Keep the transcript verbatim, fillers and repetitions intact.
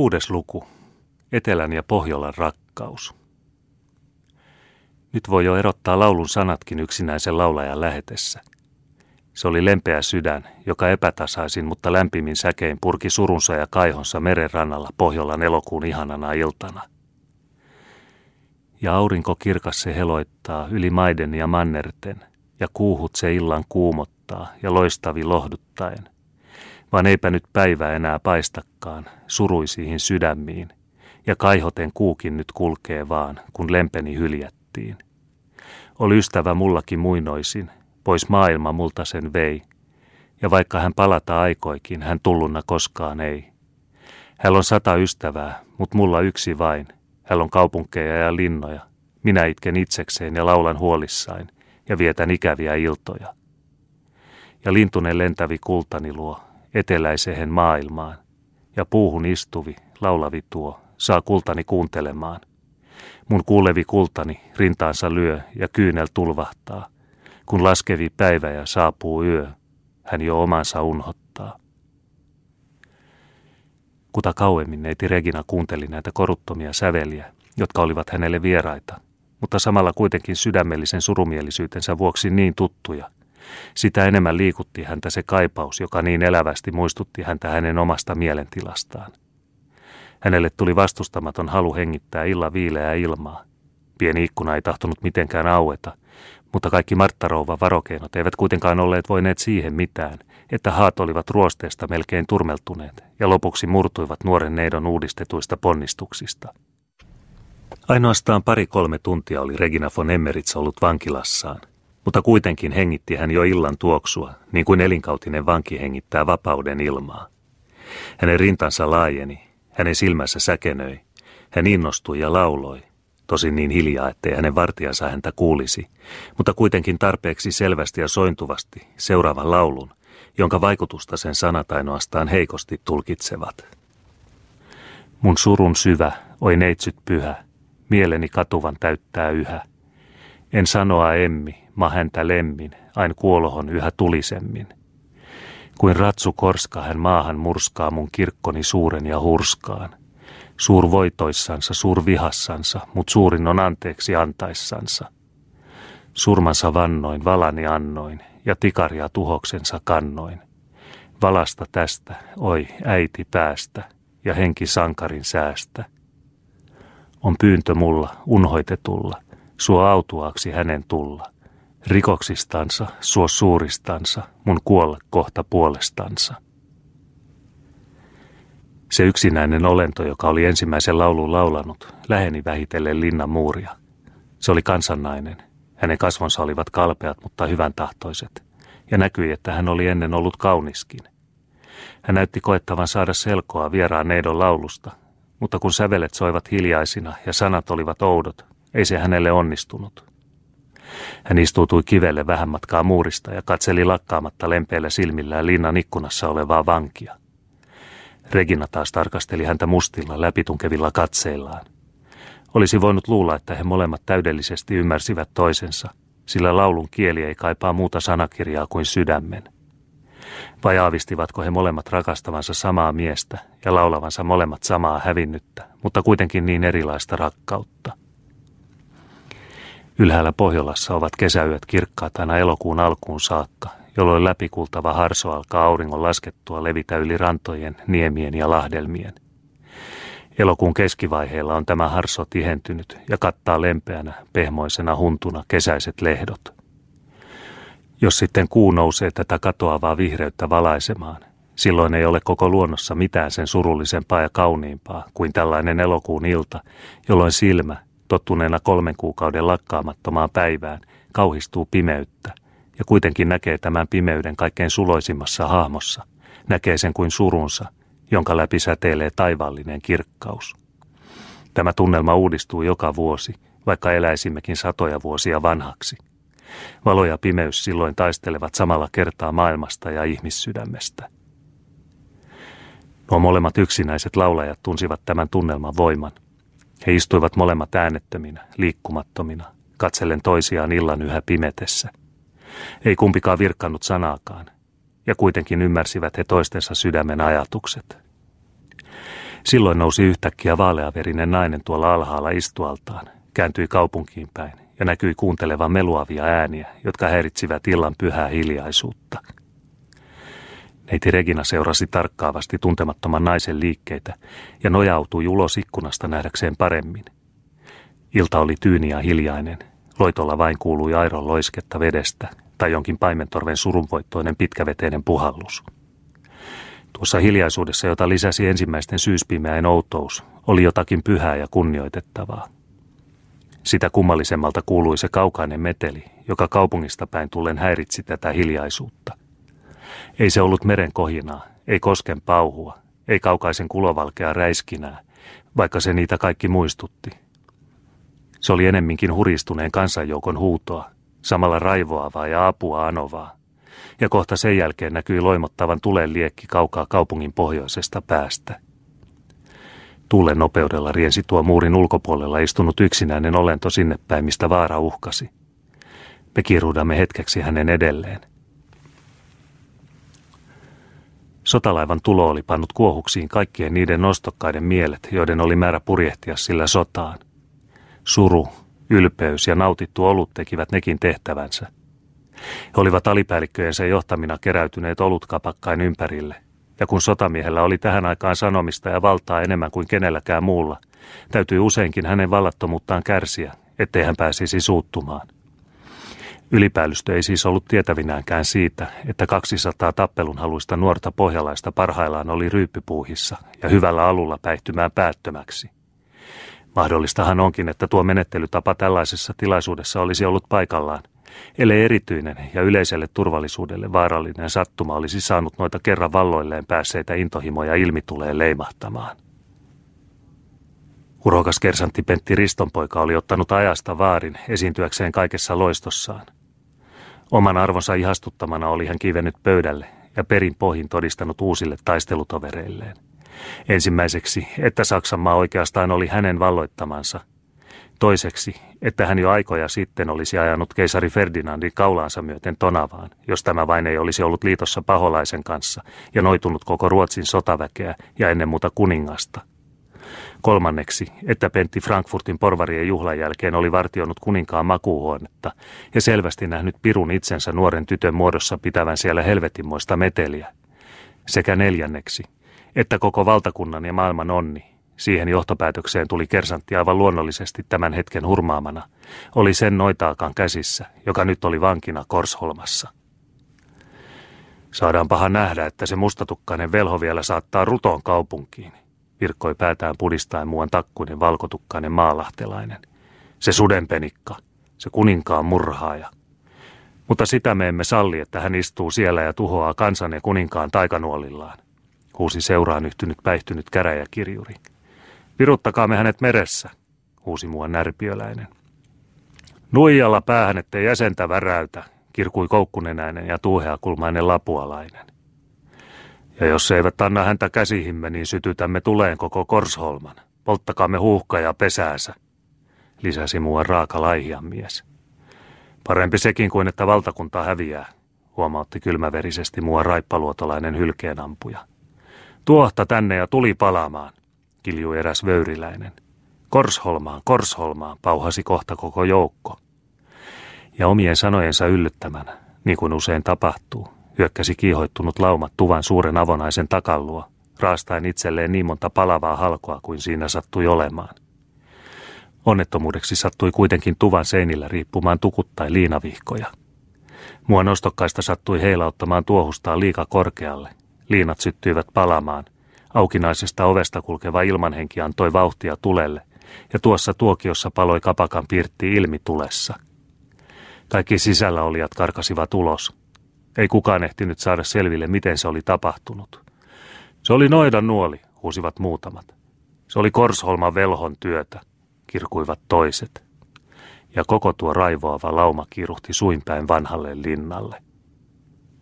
Kuudes luku. Etelän ja Pohjolan rakkaus. Nyt voi jo erottaa laulun sanatkin yksinäisen laulajan lähetessä. Se oli lempeä sydän, joka epätasaisin, mutta lämpimin säkein purki surunsa ja kaihonsa merenrannalla Pohjolan elokuun ihanana iltana. Ja aurinko kirkas se heloittaa yli maiden ja mannerten, ja kuuhut se illan kuumottaa ja loistavi lohduttaen. Vaan eipä nyt päivä enää paistakaan suruisiin sydämiin, ja kaihoten kuukin nyt kulkee vaan, kun lempeni hyljättiin. Oli ystävä mullakin muinoisin, pois maailma multa sen vei, ja vaikka hän palata aikoikin, hän tullunna koskaan ei. Hän on sata ystävää, mut mulla yksi vain. Hän on kaupunkeja ja linnoja. Minä itken itsekseen ja laulan huolissain, ja vietän ikäviä iltoja. Ja lintunen lentävi kultani luo, eteläiseen maailmaan, ja puuhun istuvi, laulavi tuo, saa kultani kuuntelemaan. Mun kuulevi kultani rintaansa lyö ja kyynel tulvahtaa, kun laskevi päivä ja saapuu yö, hän jo omansa unhottaa. Kuta kauemmin neiti Regina kuunteli näitä koruttomia säveliä, jotka olivat hänelle vieraita, mutta samalla kuitenkin sydämellisen surumielisyytensä vuoksi niin tuttuja. Sitä enemmän liikutti häntä se kaipaus, joka niin elävästi muistutti häntä hänen omasta mielentilastaan. Hänelle tuli vastustamaton halu hengittää illan viileää ilmaa. Pieni ikkuna ei tahtonut mitenkään aueta, mutta kaikki Marttarouvan varokeinot eivät kuitenkaan olleet voineet siihen mitään, että haat olivat ruosteesta melkein turmeltuneet ja lopuksi murtuivat nuoren neidon uudistetuista ponnistuksista. Ainoastaan pari-kolme tuntia oli Regina von Emmeritz ollut vankilassaan, mutta kuitenkin hengitti hän jo illan tuoksua, niin kuin elinkautinen vanki hengittää vapauden ilmaa. Hänen rintansa laajeni, hänen silmässä säkenöi, hän innostui ja lauloi, tosin niin hiljaa, ettei hänen vartijansa häntä kuulisi, mutta kuitenkin tarpeeksi selvästi ja sointuvasti seuraavan laulun, jonka vaikutusta sen sanat ainoastaan heikosti tulkitsevat. Mun surun syvä, oi neitsyt pyhä, mieleni katuvan täyttää yhä. En sanoa emmi, ma häntä lemmin, ain kuolohon yhä tulisemmin. Kuin ratsu korska hän maahan murskaa mun kirkkoni suuren ja hurskaan. Suur voitoissansa, suur vihassansa, mut suurin on anteeksi antaissansa. Surmansa vannoin, valani annoin, ja tikaria tuhoksensa kannoin. Valasta tästä, oi äiti päästä, ja henki sankarin säästä. On pyyntö mulla, unhoitetulla, suo autuaaksi hänen tulla. Rikoksistansa, suo suuristansa, mun kuolla kohta puolestansa. Se yksinäinen olento, joka oli ensimmäisen laulun laulanut, läheni vähitellen linnan muuria. Se oli kansannainen. Hänen kasvonsa olivat kalpeat, mutta hyvän tahtoiset, ja näkyi, että hän oli ennen ollut kauniskin. Hän näytti koettavan saada selkoa vieraan neidon laulusta, mutta kun sävelet soivat hiljaisina ja sanat olivat oudot, ei se hänelle onnistunut. Hän istuutui kivelle vähän matkaa muurista ja katseli lakkaamatta lempeillä silmillään linnan ikkunassa olevaa vankia. Regina taas tarkasteli häntä mustilla, läpitunkevilla katseillaan. Olisi voinut luulla, että he molemmat täydellisesti ymmärsivät toisensa, sillä laulun kieli ei kaipaa muuta sanakirjaa kuin sydämen. Vai aavistivatko he molemmat rakastavansa samaa miestä ja laulavansa molemmat samaa hävinnyttä, mutta kuitenkin niin erilaista rakkautta? Ylhäällä Pohjolassa ovat kesäyöt kirkkaat aina elokuun alkuun saakka, jolloin läpikultava harso alkaa auringon laskettua levitä yli rantojen, niemien ja lahdelmien. Elokuun keskivaiheella on tämä harso tihentynyt ja kattaa lempeänä, pehmoisena huntuna kesäiset lehdot. Jos sitten kuu nousee tätä katoavaa vihreyttä valaisemaan, silloin ei ole koko luonnossa mitään sen surullisempaa ja kauniimpaa kuin tällainen elokuun ilta, jolloin silmä, tottuneena kolmen kuukauden lakkaamattomaan päivään, kauhistuu pimeyttä ja kuitenkin näkee tämän pimeyden kaikkein suloisimmassa hahmossa, näkee sen kuin surunsa, jonka läpi säteilee taivaallinen kirkkaus. Tämä tunnelma uudistuu joka vuosi, vaikka eläisimmekin satoja vuosia vanhaksi. Valo ja pimeys silloin taistelevat samalla kertaa maailmasta ja ihmissydämestä. Nuo molemmat yksinäiset laulajat tunsivat tämän tunnelman voiman. He istuivat molemmat äänettöminä, liikkumattomina, katsellen toisiaan illan yhä pimetessä. Ei kumpikaan virkkanut sanaakaan, ja kuitenkin ymmärsivät he toistensa sydämen ajatukset. Silloin nousi yhtäkkiä vaaleaverinen nainen tuolla alhaalla istualtaan, kääntyi kaupunkiin päin ja näkyi kuuntelevan meluavia ääniä, jotka häiritsivät illan pyhää hiljaisuutta. Neiti Regina seurasi tarkkaavasti tuntemattoman naisen liikkeitä ja nojautui ulos ikkunasta nähdäkseen paremmin. Ilta oli tyyni ja hiljainen. Loitolla vain kuului aidon loisketta vedestä tai jonkin paimentorven surunvoittoinen pitkäveteinen puhallus. Tuossa hiljaisuudessa, jota lisäsi ensimmäisten syyspimeäin outous, oli jotakin pyhää ja kunnioitettavaa. Sitä kummallisemmalta kuului se kaukainen meteli, joka kaupungista päin tullen häiritsi tätä hiljaisuutta. Ei se ollut meren kohinaa, ei kosken pauhua, ei kaukaisen kulovalkea räiskinää, vaikka se niitä kaikki muistutti. Se oli enemminkin huristuneen kansanjoukon huutoa, samalla raivoavaa ja apua anovaa, ja kohta sen jälkeen näkyi loimottavan tulen liekki kaukaa kaupungin pohjoisesta päästä. Tuulen nopeudella riensi tuo muurin ulkopuolella istunut yksinäinen olento sinne päin, mistä vaara uhkasi. Me kiiruudamme hetkeksi hänen edelleen. Sotalaivan tulo oli pannut kuohuksiin kaikkien niiden nostokkaiden mielet, joiden oli määrä purjehtia sillä sotaan. Suru, ylpeys ja nautittu olut tekivät nekin tehtävänsä. He olivat alipäällikköjensä johtamina keräytyneet olutkapakkain ympärille, ja kun sotamiehellä oli tähän aikaan sanomista ja valtaa enemmän kuin kenelläkään muulla, täytyi useinkin hänen vallattomuuttaan kärsiä, ettei hän pääsisi suuttumaan. Ylipäällystö ei siis ollut tietävinäänkään siitä, että kaksisataa tappelunhaluista nuorta pohjalaista parhaillaan oli ryyppypuuhissa ja hyvällä alulla päihtymään päättömäksi. Mahdollistahan onkin, että tuo menettelytapa tällaisessa tilaisuudessa olisi ollut paikallaan, ellei erityinen ja yleiselle turvallisuudelle vaarallinen sattuma olisi saanut noita kerran valloilleen päässeitä intohimoja ilmituleen leimahtamaan. Urokas kersantti Pentti Ristonpoika oli ottanut ajasta vaarin esiintyäkseen kaikessa loistossaan. Oman arvonsa ihastuttamana oli hän kivennyt pöydälle ja perin pohjin todistanut uusille taistelutovereilleen. Ensimmäiseksi, että Saksanmaa oikeastaan oli hänen valloittamansa. Toiseksi, että hän jo aikoja sitten olisi ajanut keisari Ferdinandin kaulaansa myöten Tonavaan, jos tämä vain ei olisi ollut liitossa paholaisen kanssa ja noitunut koko Ruotsin sotaväkeä ja ennen muuta kuningasta. Kolmanneksi, että Pentti Frankfurtin porvarien juhlan jälkeen oli vartioinut kuninkaan makuuhuonetta ja selvästi nähnyt pirun itsensä nuoren tytön muodossa pitävän siellä helvetinmoista meteliä. Sekä neljänneksi, että koko valtakunnan ja maailman onni, siihen johtopäätökseen tuli kersantti aivan luonnollisesti tämän hetken hurmaamana, oli sen noitaakan käsissä, joka nyt oli vankina Korsholmassa. Saadaanpaha nähdä, että se mustatukkainen velho vielä saattaa Ruton kaupunkiin, virkkoi päätään pudistaen muuan takkuinen valkotukkainen maalahtelainen. Se sudenpenikka, se kuninkaan murhaaja. Mutta sitä me emme salli, että hän istuu siellä ja tuhoaa kansan ja kuninkaan taikanuolillaan, huusi seuraan yhtynyt päihtynyt käräjäkirjuri. Viruttakaamme hänet meressä, huusi muuan närpiöläinen. Nuijalla päähän, ettei jäsentä väräytä, kirkui koukkunenäinen ja tuuheakulmainen lapualainen. Ja jos eivät anna häntä käsihimme, niin sytytämme tuleen koko Korsholman. Polttakaamme huuhka ja pesäänsä, lisäsi muuan raaka laihian mies. Parempi sekin kuin että valtakunta häviää, huomautti kylmäverisesti muuan raippaluotolainen hylkeenampuja. Tuohta tänne ja tuli palaamaan, kiljui eräs vöyriläinen. Korsholmaan, Korsholmaan, pauhasi kohta koko joukko. Ja omien sanojensa yllyttämänä, niin kuin usein tapahtuu, hyökkäsi kiihoittunut lauma tuvan suuren avonaisen takalluo, raastaen itselleen niin monta palavaa halkoa kuin siinä sattui olemaan. Onnettomuudeksi sattui kuitenkin tuvan seinillä riippumaan tukut tai liinavihkoja. Muuan ostokkaista sattui heilauttamaan tuohustaan liika korkealle. Liinat syttyivät palamaan. Aukinaisesta ovesta kulkeva ilmanhenki antoi vauhtia tulelle, ja tuossa tuokiossa paloi kapakan pirtti ilmi tulessa. Kaikki sisällä olijat karkasivat ulos. Ei kukaan ehtinyt saada selville, miten se oli tapahtunut. Se oli noidan nuoli, huusivat muutamat. Se oli Korsholman velhon työtä, kirkuivat toiset. Ja koko tuo raivoava lauma kiiruhti suinpäin vanhalle linnalle.